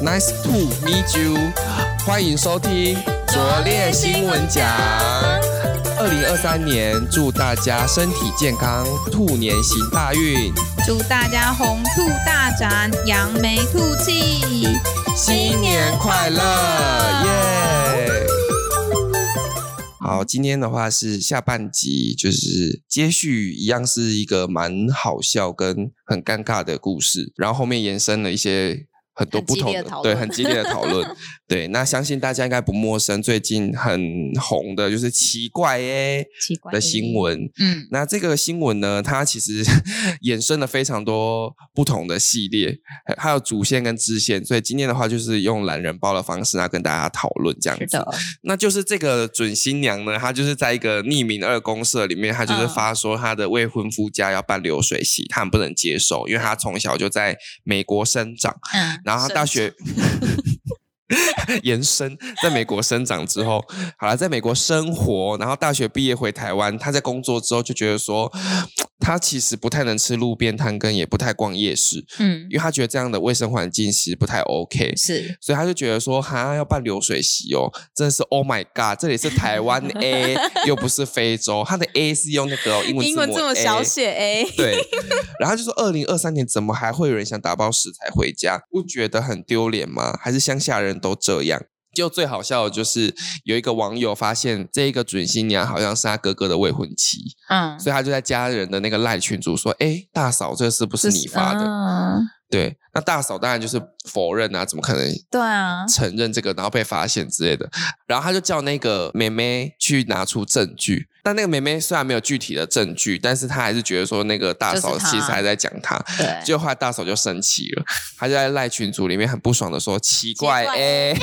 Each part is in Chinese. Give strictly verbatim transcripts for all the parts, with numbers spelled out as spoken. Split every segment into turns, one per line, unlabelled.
Nice to meet you， 欢迎收听拙劣新闻奖。二零二三年，祝大家身体健康，兔年行大运，
祝大家红兔大展，扬眉吐气，
新年快乐，耶！好，今天的话是下半集，就是接续一样是一个蛮好笑跟很尴尬的故事，然后后面延伸了一些很多不同的，
的
对，很激烈的讨论。对，那相信大家应该不陌生，最近很红的就是奇怪耶的新闻。
嗯，
那这个新闻呢，它其实衍生了非常多不同的系列，还有主线跟支线，所以今天的话就是用懒人包的方式来跟大家讨论这样子。
是的，
那就是这个准新娘呢，她就是在一个匿名二公社里面，她就是发说她的未婚夫家要办流水席，她很不能接受，因为她从小就在美国生长，
嗯，
然后她大学延伸在美国生长之后，好了，在美国生活，然后大学毕业回台湾，她在工作之后就觉得说，她其实不太能吃路边摊，跟也不太逛夜市，嗯，因为她觉得这样的卫生环境其实不太 OK，
是，
所以她就觉得说，哈，要办流水席哦，真的是 Oh my God， 这里是台湾 A， 又不是非洲，她的 A 是用那个、哦、英文字母 A，
英文这么小写 A，
对，然后就说二零二三年怎么还会有人想打包食材回家，不觉得很丢脸吗？还是乡下人都这样？就最好笑的就是有一个网友发现这一个准新娘好像是他哥哥的未婚妻，嗯，所以他就在家人的那个赖群组说，诶，大嫂，这是不是你发的？嗯，对，那大嫂当然就是否认啊，怎么可能对啊承认这个然后被发现之类的，然后他就叫那个妹妹去拿出证据，但那个妹妹虽然没有具体的证据，但是她还是觉得说那个大嫂其实还在讲她，对，结果后来大嫂就生气了，她就在赖群组里面很不爽的说，奇怪欸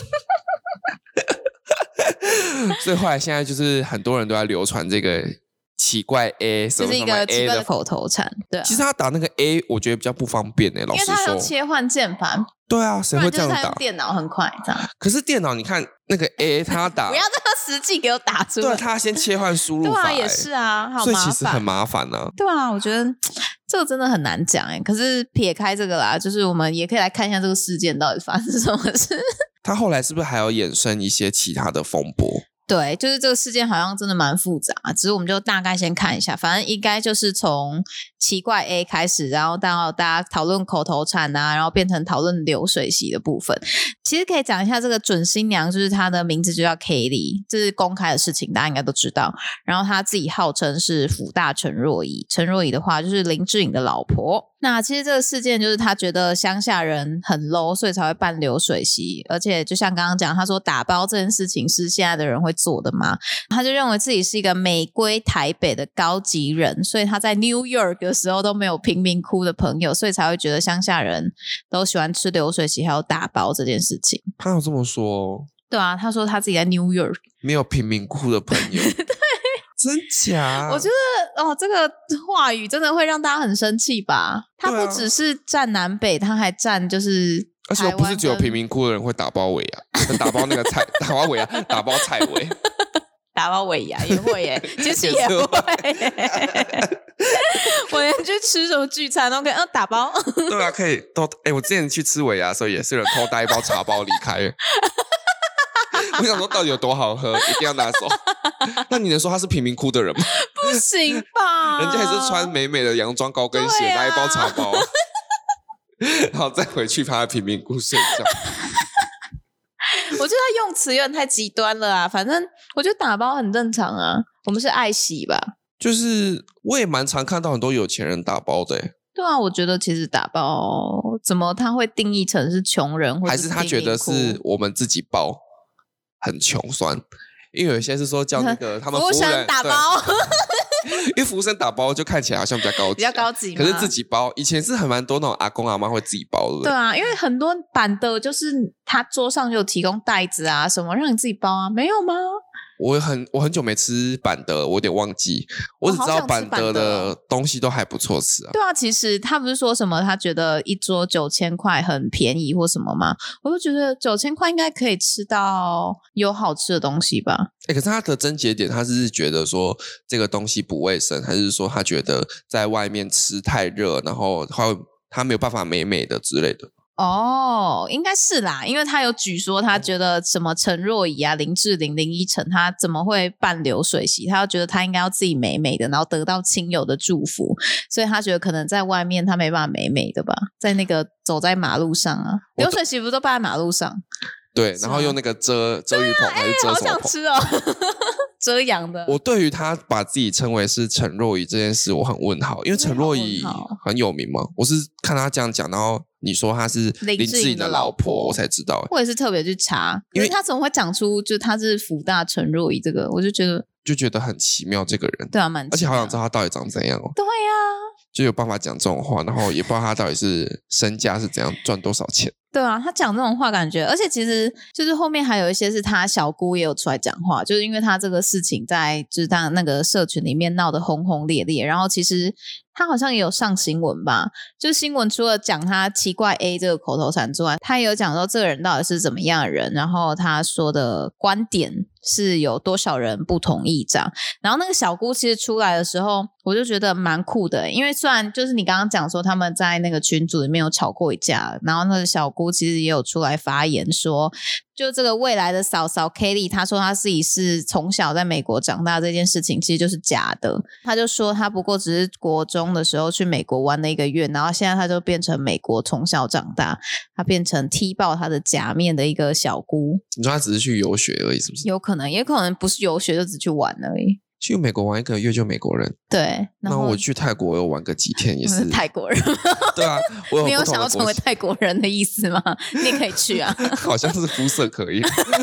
所以后来现在就是很多人都在流传这个奇怪 A，
这是一个奇怪的口头禅。对、啊，
其实他打那个 A 我觉得比较不方便、欸、老实说，
因为他要切换键盘。
对啊，谁会这样打？
电脑很快这样。
可是电脑你看那个 A 他打
不要这么实际给我打出来。
对，他先切换输入法、欸、
对啊，也是啊，好麻烦，
所以其实很麻烦啊。
对啊，我觉得这个真的很难讲哎、欸。可是撇开这个啦，就是我们也可以来看一下这个事件到底发生什么事。
他后来是不是还有衍生一些其他的风波？
对，就是这个事件好像真的蛮复杂，只是我们就大概先看一下，反正应该就是从奇怪 A 开始，然后到大家讨论口头禅啊，然后变成讨论流水席的部分。其实可以讲一下这个准新娘，就是她的名字就叫 Kelly， 这是公开的事情，大家应该都知道。然后她自己号称是辅大陈若仪，陈若仪的话就是林志颖的老婆。那其实这个事件就是他觉得乡下人很 low， 所以才会办流水席，而且就像刚刚讲，他说打包这件事情是现在的人会做的吗？他就认为自己是一个美归台北的高级人，所以他在 New York 的时候都没有贫民窟的朋友，所以才会觉得乡下人都喜欢吃流水席还有打包这件事情。
他有这么说？
对啊，他说他自己在 New York
没有贫民窟的朋友。对，真假？
我觉得哦，这个话语真的会让大家很生气吧？他不只是占南北，他还占就是
而且不是只有贫民窟的人会打包尾牙，打包那个菜，打包尾牙，打包菜尾，
打包尾牙也会耶，其实也会耶。我连去吃什么聚餐都可以，嗯，打包。
对啊，可以都哎、欸，我之前去吃尾牙的时候，也是有人偷带一包茶包离开。我想说，到底有多好喝，一定要拿走。那你能说他是贫民窟的人吗？
不行吧？
人家还是穿美美的洋装高跟鞋，拿、啊、一包茶包，然后再回去他的贫民窟睡觉。
我觉得他用词有点太极端了啊！反正我觉得打包很正常啊，我们是爱惜吧。
就是我也蛮常看到很多有钱人打包的、欸。
对啊，我觉得其实打包怎么他会定义成是穷人，或者
还是他觉得是我们自己包很穷酸？因为有些是说叫那个他们服务人
服务生打包，
因为服务生打包就看起来好像比较高级、啊，
比较高级嘛。
可是自己包，以前是很蛮多那种阿公阿妈会自己包的。
对啊，因为很多版的就是他桌上就有提供袋子啊什么让你自己包啊，没有吗？
我很我很久没吃板德，我有点忘记，我只知道板德的东西都还不错吃啊。
对啊，其实他不是说什么他觉得一桌九千块很便宜或什么吗？我就觉得九千块应该可以吃到有好吃的东西吧。
欸，可是他的症结点，他是觉得说这个东西不卫生，还是说他觉得在外面吃太热，然后他他没有办法美美的之类的？
哦，应该是啦，因为他有举说他觉得什么陈若仪啊、林志玲、林依晨，他怎么会办流水席？他觉得他应该要自己美美的，然后得到亲友的祝福，所以他觉得可能在外面他没办法美美的吧，在那个走在马路上啊，流水席不都办在马路上？
对，然后用那个遮遮雨棚还是遮什么棚？
好想吃哦。遮阳的。
我对于他把自己称为是陈若仪这件事我很问号，因为陈若仪很有名嘛，我是看他这样讲，然后你说他是林志颖的老婆，我才知道。
我也是特别去查，因为他怎么会讲出就他是福大陈若仪这个，我就觉得
就觉得很奇妙这个人。
对啊，蛮奇妙，
而且好想知道他到底长怎样哦。
对啊，
就有办法讲这种话，然后也不知道他到底是身价是怎样，赚多少钱。
对啊，他讲这种话感觉，而且其实就是后面还有一些是他小姑也有出来讲话，就是因为他这个事情在就是他那个社群里面闹得轰轰烈烈，然后其实他好像也有上新闻吧，就是新闻除了讲他奇怪 A 这个口头禅之外，他也有讲说这个人到底是怎么样的人，然后他说的观点是有多少人不同意这样。然后那个小姑其实出来的时候我就觉得蛮酷的，因为虽然就是你刚刚讲说他们在那个群组里面有吵过一架，然后那个小姑其实也有出来发言说，就这个未来的嫂嫂 Kelly， 她说她自己是从小在美国长大这件事情其实就是假的，她就说她不过只是国中的时候去美国玩了一个月，然后现在她就变成美国从小长大，她变成踢爆她的假面的一个小姑。
你说她只是去游学而已是不是？
有可能，也可能不是游学，就只去玩而已。
去美国玩一个月就美国人，
对。
那我去泰国又玩个几天也是
泰国人。
对啊，我有
你有想要成为泰国人的意思吗？你也可以去啊。
好像是肤色可以。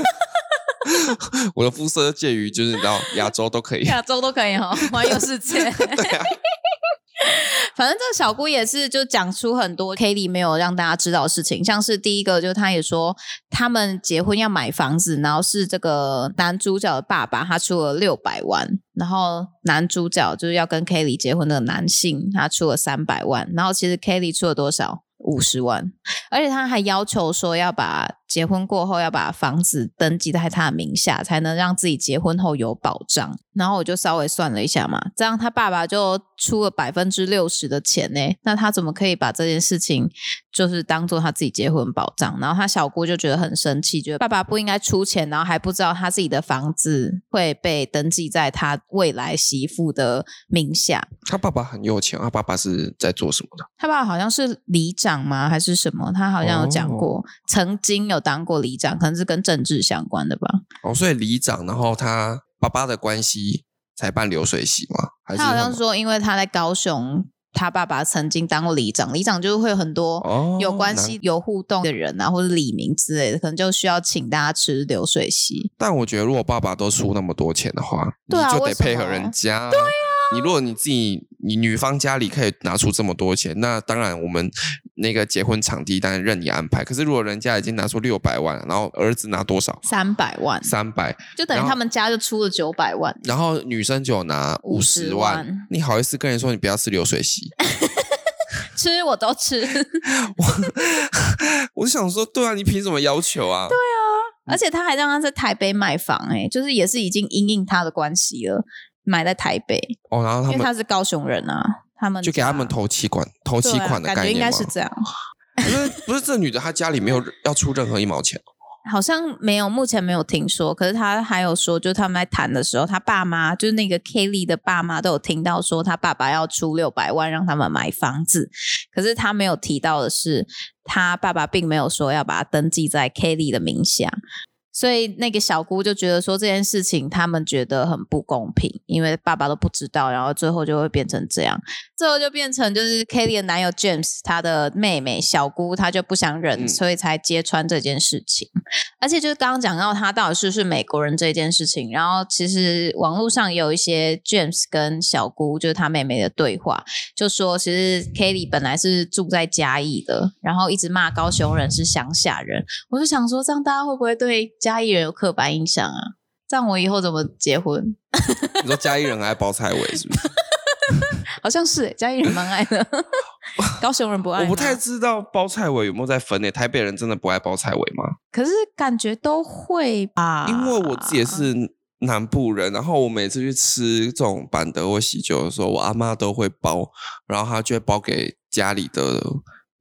我的肤色介于就是你知道亚洲都可以，
亚洲都可以哦，环游世界。对啊。反正这个小姑也是就讲出很多 Kelly 没有让大家知道的事情，像是第一个就是她也说他们结婚要买房子，然后是这个男主角的爸爸他出了六百万，然后男主角就是要跟 Kelly 结婚的男性他出了三百万，然后其实 Kelly 出了多少？五十万，而且他还要求说要把结婚过后要把房子登记在他的名下，才能让自己结婚后有保障。然后我就稍微算了一下嘛，这样他爸爸就出了百分之六十的钱呢，那他怎么可以把这件事情就是当做他自己结婚保障？然后他小姑就觉得很生气，觉得爸爸不应该出钱，然后还不知道他自己的房子会被登记在他未来媳妇的名下。
他爸爸很有钱，他爸爸是在做什么的？
他爸爸好像是里长吗还是什么，他好像有讲过、哦、曾经有当过里长，可能是跟政治相关的吧。
哦，所以里长然后他爸爸的关系才办流水席吗？还是
他好像说因为他在高雄，他爸爸曾经当过里长，里长就会有很多有关系、哦、有互动的人啊，或者里民之类的，可能就需要请大家吃流水席。
但我觉得如果爸爸都出那么多钱的话，
对啊，
你就得配合人家。
对啊，
你如果你自己你女方家里可以拿出这么多钱，那当然我们那个结婚场地当然任你安排。可是如果人家已经拿出六百万，然后儿子拿多少？
三百万，
三百，
就等于他们家就出了九百万，
然后女生就有拿五十万，你好意思跟人说你不要吃流水席？
吃我都吃。
我我想说，对啊，你凭什么要求啊？
对啊，而且他还让他在台北买房、欸，哎，就是也是已经因应他的关系了。买在台北
哦，然后他们
因为他是高雄人啊，他们
就给他们头期款，头期款的概念吗？
感觉应该是这样。
不是不是，这女的她家里没有要出任何一毛钱，
好像没有，目前没有听说。可是他还有说，就他们在谈的时候，他爸妈就是那个 Kelly 的爸妈都有听到说，他爸爸要出六百万让他们买房子。可是他没有提到的是，他爸爸并没有说要把它登记在 Kelly 的名下。所以那个小姑就觉得说这件事情他们觉得很不公平，因为爸爸都不知道，然后最后就会变成这样，最后就变成就是 Kelly 的男友 James 他的妹妹小姑他就不想忍、嗯、所以才揭穿这件事情。而且就是刚刚讲到他到底是不是美国人这件事情，然后其实网络上也有一些 James 跟小姑就是他妹妹的对话，就说其实 Kelly 本来是住在嘉义的，然后一直骂高雄人是乡下人。我就想说这样大家会不会对嘉义人有刻板印象啊？这样我以后怎么结婚？
你说嘉义人爱包菜尾是不是？
好像是耶，嘉义人蛮爱的。高雄人不爱。
我不太知道包菜尾有没有在分诶，台北人真的不爱包菜尾吗？
可是感觉都会吧，
因为我自己也是南部人，然后我每次去吃这种板德或喜酒的时候，我阿嬷都会包，然后她就会包给家里的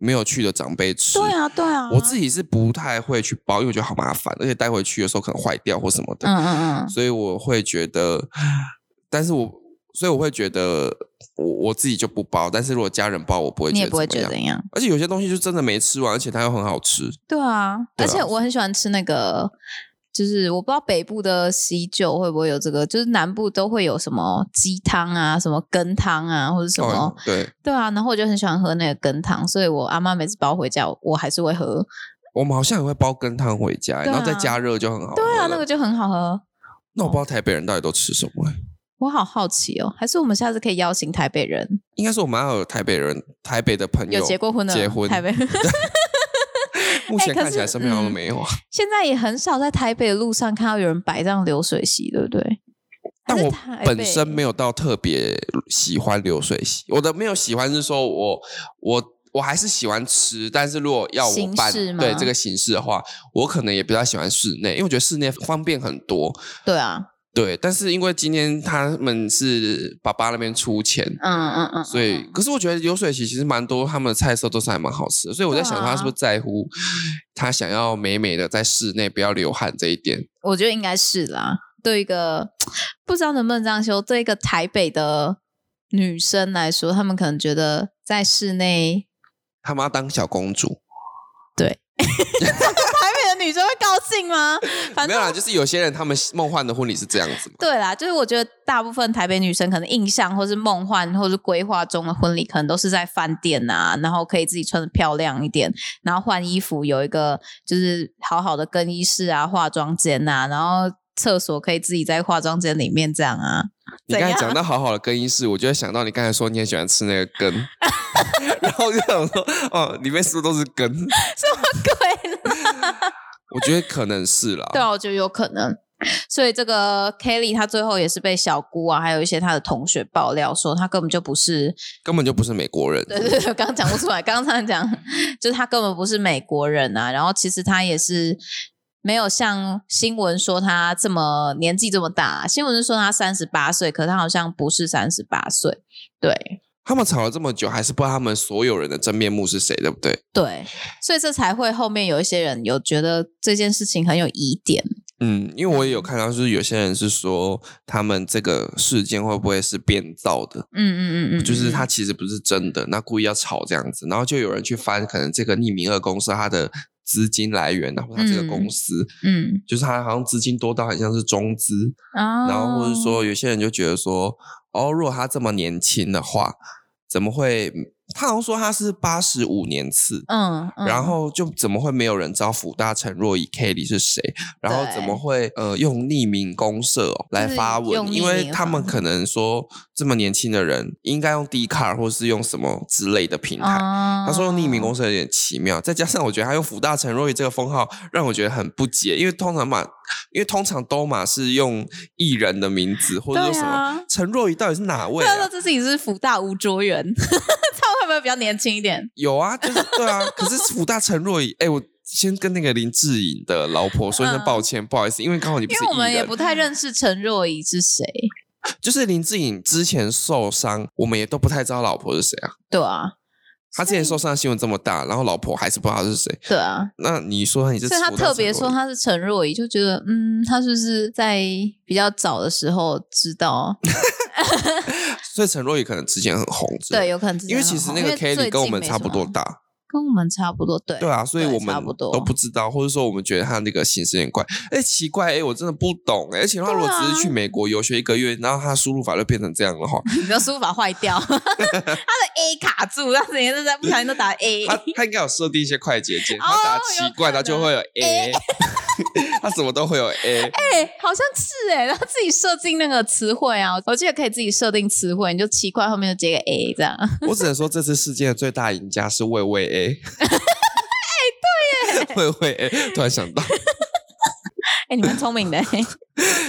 没有去的长辈吃。
对啊对啊，
我自己是不太会去包，因为我觉得好麻烦，而且带回去的时候可能坏掉或什么的。
嗯嗯嗯，
所以我会觉得，但是我所以我会觉得我我自己就不包，但是如果家人包，我不会觉得
你也不会觉得
怎么
怎样。
而且有些东西就真的没吃完，而且它又很好吃。
对啊，
对啊
而且我很喜欢吃那个。就是我不知道北部的喜酒会不会有这个，就是南部都会有什么鸡汤啊、什么羹汤啊，或者什么、
哦、对
对啊，然后我就很喜欢喝那个羹汤，所以我阿妈每次包回家，我还是会喝。
我们好像也会包羹汤回家、啊、然后再加热就很好喝。
对啊，那个就很好喝。
那我不知道台北人到底都吃什么、欸、
我好好奇哦，还是我们下次可以邀请台北人？
应该是我们要有台北人、台北的朋友
有结过婚的
结婚
台北。
目前看起来身边好像都没有啊、
欸嗯。现在也很少在台北的路上看到有人摆这样流水席，对不对？
但我本身没有到特别喜欢流水席，我的没有喜欢是说我我我还是喜欢吃，但是如果要我办对这个形式的话，我可能也比较喜欢室内，因为我觉得室内方便很多。
对啊。
对，但是因为今天他们是爸爸那边出钱，
嗯嗯嗯，
所以可是我觉得流水席其实蛮多，他们的菜色都是还蛮好吃的，所以我在想他是不是在乎他想要美美的在室内不要流汗这一点。
我觉得应该是啦，对一个不知道能不能这样说，对一个台北的女生来说，他们可能觉得在室内
他们要当小公主。
对。台北的女生会高兴吗？反正
没有啦，就是有些人他们梦幻的婚礼是这样子嘛。
对啦，就是我觉得大部分台北女生可能印象或是梦幻或是规划中的婚礼，可能都是在饭店啊，然后可以自己穿得漂亮一点，然后换衣服，有一个就是好好的更衣室啊、化妆间啊，然后厕所可以自己在化妆间里面这样啊。
你刚才讲到好好的更衣室，我就会想到你刚才说你很喜欢吃那个羹，然后我就想说，哦，里面是不是都是羹？
什么鬼呢？
我觉得可能是啦。
对啊，我觉得有可能。所以这个 Kelly 她最后也是被小姑啊，还有一些她的同学爆料说，她根本就不是，
根本就不是美国人。
对对对，刚刚讲不出来，刚刚讲就是她根本不是美国人啊。然后其实她也是没有像新闻说她这么年纪这么大，新闻是说她三十八岁，可是她好像不是三十八岁。对。
他们吵了这么久，还是不知道他们所有人的真面目是谁，对不对？
对，所以这才会后面有一些人有觉得这件事情很有疑点。
嗯，因为我也有看到，就是有些人是说他们这个事件会不会是编造的？
嗯嗯嗯嗯，
就是他其实不是真的，那故意要吵这样子，然后就有人去翻，可能这个匿名二公司它的资金来源，然后他这个公司，嗯，嗯就是他好像资金多到很像是中资，哦、然后或者说有些人就觉得说，哦，如果他这么年轻的话，怎么会？他好像说他是八十五年次，嗯，嗯，然后就怎么会没有人知道辅大陈若仪 Kelly 是谁？然后怎么会呃用匿名公社、哦、来发文？因为他们可能说这么年轻的人应该用 Dcard 或是用什么之类的平台。哦、他说用匿名公社有点奇妙，再加上我觉得他用辅大陈若仪这个封号让我觉得很不解，因为通常嘛，因为通常都嘛是用艺人的名字或者说什么陈若仪到底是哪位、啊？
他说这自己是辅大吴卓源。会不会比较年轻一点？
有啊，就是对啊。可是辅大陈若仪，哎，我先跟那个林志颖的老婆说一声抱歉，嗯、不好意思，因为刚好你不是艺人，
因为我们也不太认识陈若仪是谁。
就是林志颖之前受伤，我们也都不太知道老婆是谁啊。
对啊，
他之前受伤的新闻这么大，然后老婆还是不知道他是谁。
对啊，
那你说你是，
所以他特别说他是陈若仪，就觉得嗯，他是不是在比较早的时候知道？
所以陈若仪可能之前很红，
对，有可能之前
因为其实那个 Kelly 跟我们差不多大，
跟我们差不多，对，
对啊，所以我们都不知道，或者说我们觉得他那个形式有点怪，哎，奇怪，哎，我真的不懂，哎，而且他如果只是去美国游学一个月，然后他输入法就变成这样的话，
你的输入法坏掉，他的 A 卡住，他整天在不小心都打 A，
他他应该有设定一些快捷键，他打奇怪，他就会有 A。他什么都会有 A，
哎、欸，好像是哎、欸，然后自己设定那个词汇啊，我记得可以自己设定词汇，你就奇怪后面就接个 A 这样。
我只能说这次事件的最大赢家是魏魏 A。哎、
欸，对耶，
魏魏 A， 突然想到，
哎、欸，你蛮聪明的、欸。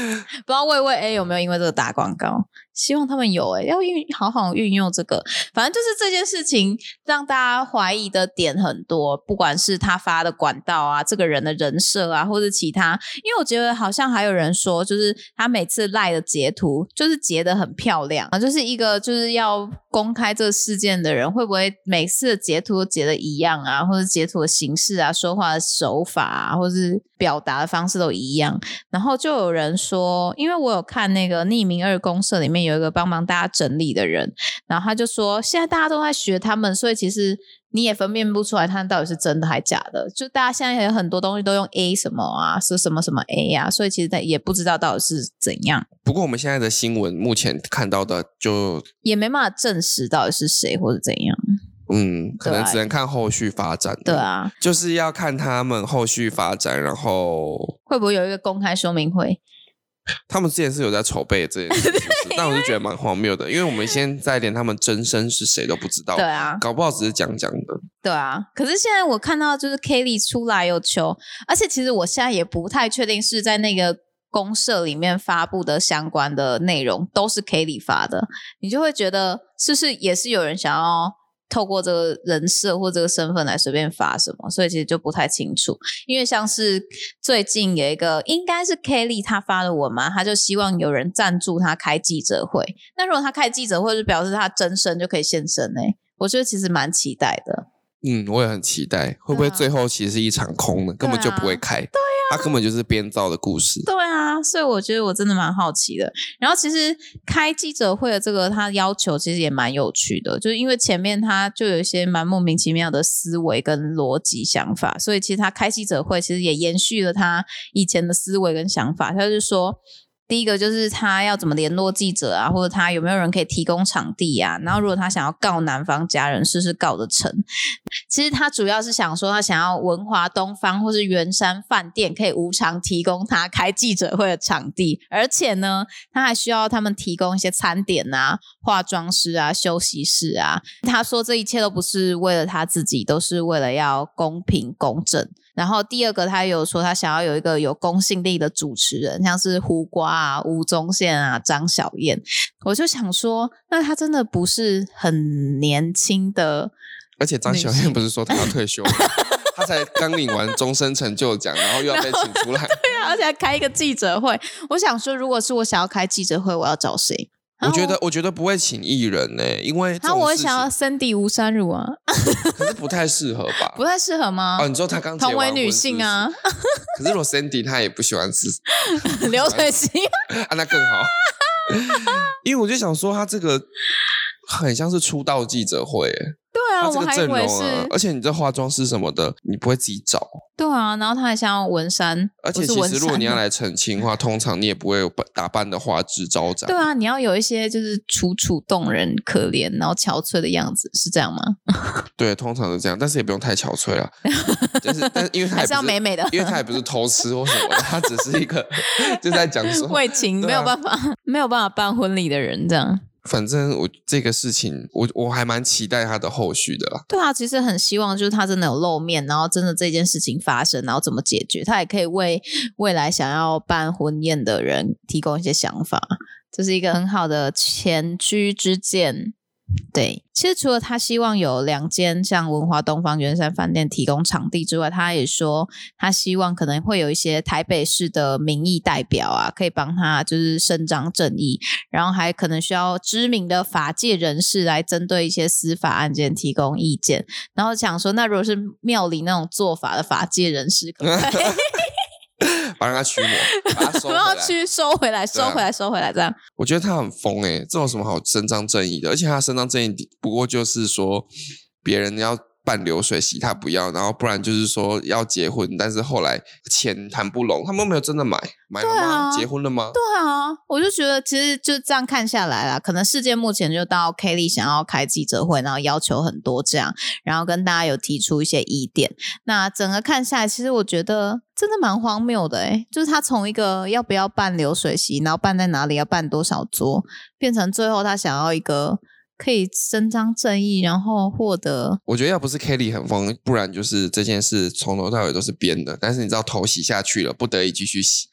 不知道魏魏 A 有没有因为这个打广告，希望他们有诶、欸、要运好好运用这个。反正就是这件事情让大家怀疑的点很多，不管是他发的管道啊，这个人的人设啊，或者其他。因为我觉得好像还有人说，就是他每次赖的截图就是截得很漂亮，就是一个就是要公开这个事件的人会不会每次的截图都截得一样啊，或者截图的形式啊，说话的手法啊，或是表达的方式都一样。然后就有人说，因为我有看那个匿名二公社里面有一个帮忙大家整理的人，然后他就说现在大家都在学他们，所以其实你也分辨不出来他到底是真的还假的，就大家现在有很多东西都用 A 什么啊，是什么什么 A 啊，所以其实也不知道到底是怎样。
不过我们现在的新闻目前看到的就也
没办法证实到底是谁或者怎样，
嗯，可能只能看后续发展。
对啊，
就是要看他们后续发展，然后
会不会有一个公开说明会。
他们之前是有在筹备这件事情，但我就觉得蛮荒谬的，因为我们现在连他们真身是谁都不知道。
对啊，
搞不好只是讲讲的。
对啊，可是现在我看到就是 Kelly 出来有求，而且其实我现在也不太确定是在那个公社里面发布的相关的内容都是 Kelly 发的，你就会觉得是不是也是有人想要透过这个人设或这个身份来随便发什么，所以其实就不太清楚。因为像是最近有一个应该是 Kelly 他发的文嘛，他就希望有人赞助他开记者会，那如果他开记者会就表示他真身就可以现身欸，我觉得其实蛮期待的。
嗯，我也很期待，会不会最后其实是一场空的，根本就不会开。对
啊，
他根本就是编造的故事。
对啊，所以我觉得我真的蛮好奇的。然后其实开记者会的这个他要求其实也蛮有趣的，就是因为前面他就有一些蛮莫名其妙的思维跟逻辑想法，所以其实他开记者会其实也延续了他以前的思维跟想法。他就是说第一个就是他要怎么联络记者啊，或者他有没有人可以提供场地啊，然后如果他想要告男方家人是不是告得成。其实他主要是想说他想要文华东方或是圆山饭店可以无偿提供他开记者会的场地，而且呢他还需要他们提供一些餐点啊、化妆师啊、休息室啊。他说这一切都不是为了他自己，都是为了要公平公正。然后第二个他有说他想要有一个有公信力的主持人，像是胡瓜啊、吴宗宪啊、张小燕。我就想说那他真的不是很年轻的，
而且张小燕不是说他要退休吗？他才刚领完终身成就奖，然后又要被请出来。
对啊，而且还开一个记者会。我想说如果是我想要开记者会，我要找谁？
我觉得我觉得不会请艺人呢、欸，因为
然后我会想要 Cindy 吴珊如啊。
可是不太适合吧？
不太适合吗？
哦，你说他刚结完婚
同为女性啊。
可是如果 Cindy 她也不喜欢吃
流水席
啊，那更好。因为我就想说他这个很像是出道记者会、欸，
对啊，
他这个阵容啊，
我还以为是，
而且你这化妆师什么的，你不会自己找。
对啊，然后他还想要文山，
而且其实如果你要来澄清的话，通常你也不会有打扮的花枝招展。
对啊，你要有一些就是楚楚动人、可怜然后憔悴的样子，是这样吗？
对，通常是这样，但是也不用太憔悴了。但是，但是因为他
还是要美美的，
因为他也不是偷吃或什么的，他只是一个就在讲说
为情、啊、没有办法没有办法办婚礼的人这样。
反正我这个事情我我还蛮期待他的后续的啦。
对啊，其实很希望就是他真的有露面，然后真的这件事情发生，然后怎么解决，他也可以为未来想要办婚宴的人提供一些想法，这是一个很好的前车之鉴。对，其实除了他希望有两间像文华东方圆山饭店提供场地之外，他也说他希望可能会有一些台北市的民意代表啊，可以帮他就是伸张正义，然后还可能需要知名的法界人士来针对一些司法案件提供意见。然后想说那如果是庙里那种做法的法界人士可不可以
把他驱魔，把他收回来，
要去收回来，收回来，收回来，这样。
我觉得他很疯诶、欸，这有什么好伸张正义的？而且他伸张正义不过就是说别人要办流水席他不要，然后不然就是说要结婚，但是后来钱谈不拢，他们没有真的买买了吗、啊、结婚了吗？
对啊，我就觉得其实就这样看下来啦，可能事件目前就到 Kelly 想要开记者会，然后要求很多这样，然后跟大家有提出一些疑点。那整个看下来其实我觉得真的蛮荒谬的诶，就是他从一个要不要办流水席，然后办在哪里，要办多少桌，变成最后他想要一个可以伸张正义，然后获得。
我觉得要不是 Kelly 很疯，不然就是这件事从头到尾都是编的。但是你知道头洗下去了，不得已继续洗，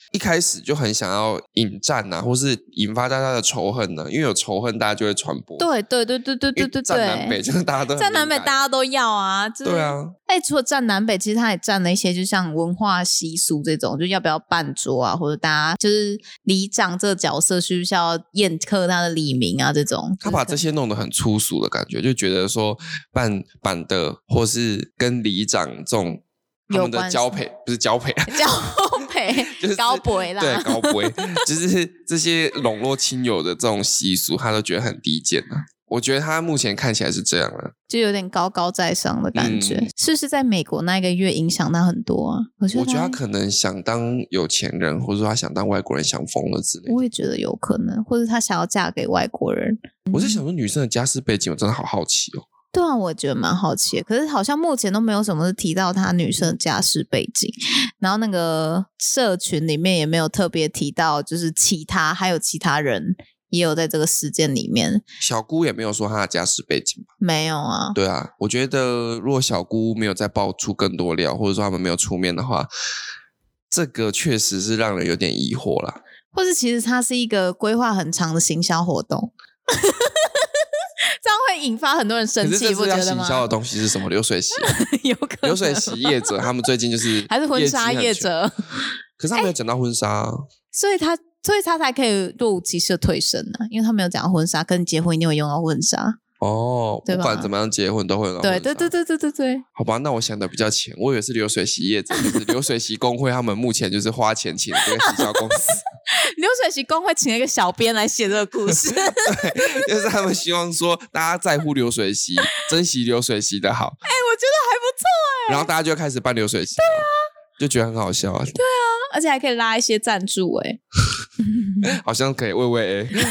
一开始就很想要引战啊，或是引发大家的仇恨呢、啊？因为有仇恨，大家就会传播。
对对对对对对对对，
战南北就是大家都很
战南北大家都要啊，就是、
对啊。
哎，除了战南北，其实他也占了一些，就像文化习俗这种，就要不要办桌啊，或者大家就是里长这个角色需不需要宴客他的里民啊这种。
他把这些弄得很粗俗的感觉，就觉得说办板的或是跟里长这种他们的交配不是交配啊，
交配就是高杯啦，
对高杯，就是这些笼络亲友的这种习俗，他都觉得很低贱啊。我觉得他目前看起来是这样了，
就有点高高在上的感觉。嗯、是不是在美国那一个月影响他很多啊？我觉得 他,
我觉得他可能想当有钱人，或者说他想当外国人，想疯了之类的。
我也觉得有可能，或者他想要嫁给外国人。
我是想说女生的家世背景，我真的好好奇哦。
对啊，我觉得蛮好奇的，可是好像目前都没有什么是提到她女生的家世背景，然后那个社群里面也没有特别提到，就是其他还有其他人也有在这个事件里面。
小姑也没有说她的家世背景吧？
没有啊。
对啊，我觉得如果小姑没有再爆出更多料，或者说他们没有出面的话，这个确实是让人有点疑惑啦。
或是其实它是一个规划很长的行销活动。这样会引发很多人生气，
可是这次要
不觉得吗？
行销的东西是什么？流水席、啊、
有可能
流水席业者他们最近就是
还是婚纱业者，
可是他没有讲到婚纱、啊欸、
所以他所以他才可以若无其事退身呢、啊，因为他没有讲到婚纱，跟结婚一定会用到婚纱
哦，不管怎么样结婚都会用到婚纱。
对对对对对对对。
好吧，那我想的比较浅，我以为是流水席业者，就是流水席工会，他们目前就是花钱请这个行销公司。
流水席工会请了一个小编来写这个故事。
对，就是他们希望说大家在乎流水席，珍惜流水席的好。
哎、欸，我觉得还不错哎、欸。
然后大家就开始办流水席，
对啊，
就觉得很好笑啊。
对啊，而且还可以拉一些赞助哎、
欸，好像可以喂喂 A。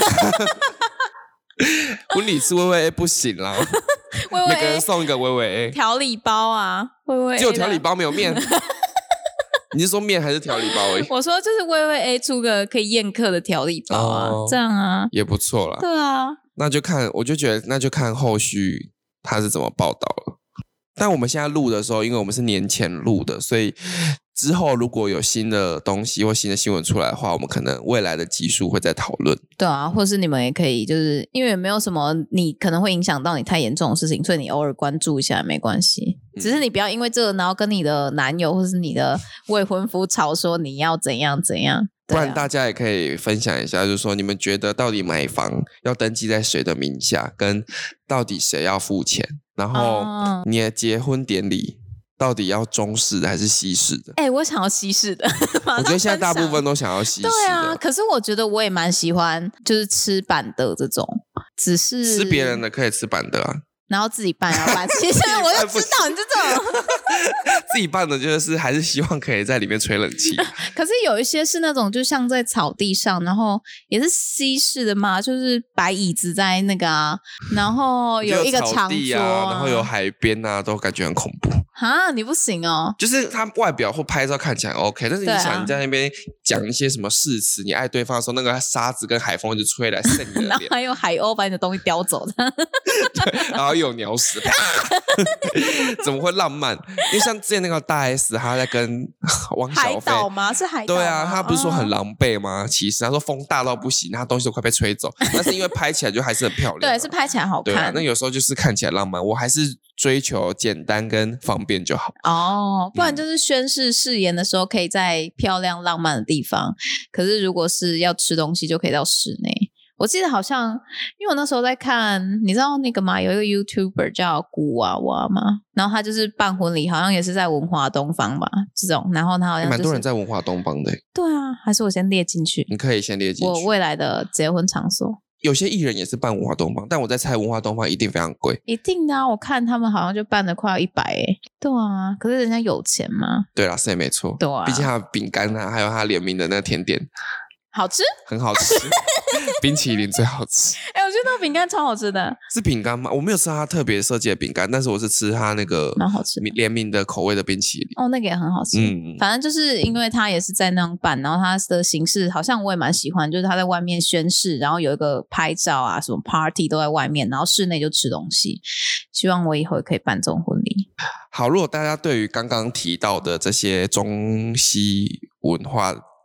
婚礼吃喂喂 A 不行啦，
喂喂 A,
每个人送一个喂喂 A
调理包啊，喂喂 A
只有调理包没有面。你是说面还是调理包而已？
我说就是喂喂 A 出个可以宴客的调理包啊、哦，这样啊
也不错啦。
对啊，
那就看，我就觉得那就看后续他是怎么报道了。但我们现在录的时候，因为我们是年前录的，所以之后如果有新的东西或新的新闻出来的话，我们可能未来的集数会再讨论。
对啊，或是你们也可以，就是因为没有什么你可能会影响到你太严重的事情，所以你偶尔关注一下也没关系。只是你不要因为这个，然后跟你的男友或是你的未婚夫吵说你要怎样怎样。
不然大家也可以分享一下，就是说你们觉得到底买房要登记在谁的名下，跟到底谁要付钱，然后你的结婚典礼到底要中式的还是西式的？
哎、欸，我想要西式的。
我觉得现在大部分都想要西式的。
对啊，可是我觉得我也蛮喜欢，就是吃板的这种，只是
吃别人的可以吃板的啊。
然后自己办要办，其实我就知道你这种
自己办的，就是还是希望可以在里面吹冷气。
可是有一些是那种就像在草地上，然后也是西式的嘛，就是摆椅子在那个啊，然后有一个长桌、啊，
然后有海边啊，都感觉很恐怖。
啊，你不行哦！
就是他外表或拍照看起来 OK， 但是你想你在那边讲一些什么誓词，你爱对方的时候，那个沙子跟海风就吹来渗你的脸，
然后还有海鸥把你的东西叼走的，
对，然后又有鸟屎，怎么会浪漫？因为像之前那个大 S， 他在跟汪小菲
海岛吗？是海岛吗？
对啊，他不是说很狼狈吗？其实他说风大到不行，他东西都快被吹走，但是因为拍起来就还是很漂亮，
对，是拍起来好看。
对啊，那有时候就是看起来浪漫，我还是追求简单跟方便就好。
哦，不然就是宣誓誓言的时候可以在漂亮浪漫的地方，可是如果是要吃东西就可以到室内。我记得好像，因为我那时候在看，你知道那个吗？有一个 YouTuber 叫古娃娃嘛，然后他就是办婚礼，好像也是在文华东方吧，这种，然后他好像、就是、
蛮多人在文华东方的。
对啊，还是我先列进去？
你可以先列进去。
我未来的结婚场所。
有些艺人也是办文化东方，但我在猜文化东方一定非常贵，
一定的啊！我看他们好像就办了快要一百哎，对啊，可是人家有钱嘛。
对啦，是也没错，
对啊，
毕竟他的饼干啊，还有他联名的那个甜点，
好吃，
很好吃，冰淇淋最好吃。
哎、欸，我觉得那个饼干超好吃的。
是饼干吗？我没有吃他特别设计的饼干，但是我是吃他那个
蛮好吃
联名的口味的冰淇淋。
哦，那个也很好吃。嗯，反正就是因为他也是在那样办，然后他的形式好像我也蛮喜欢，就是他在外面宣誓，然后有一个拍照啊，什么 party 都在外面，然后室内就吃东西。希望我以后也可以办这种婚礼。好，
如果大家对于刚刚提到的这些中西文化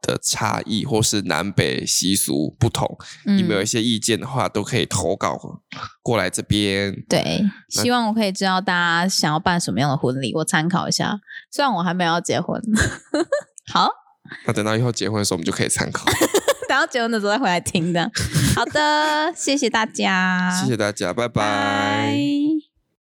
的差异，或是南北习俗不同，
嗯、
你们有一些意见的话，都可以投稿过来这边。
对，希望我可以知道大家想要办什么样的婚礼，我参考一下。虽然我还没有要结婚，好，
那等到以后结婚的时候，我们就可以参考。
等到结婚的时候再回来听的。好的，谢谢大家，
谢谢大家，拜拜。
拜。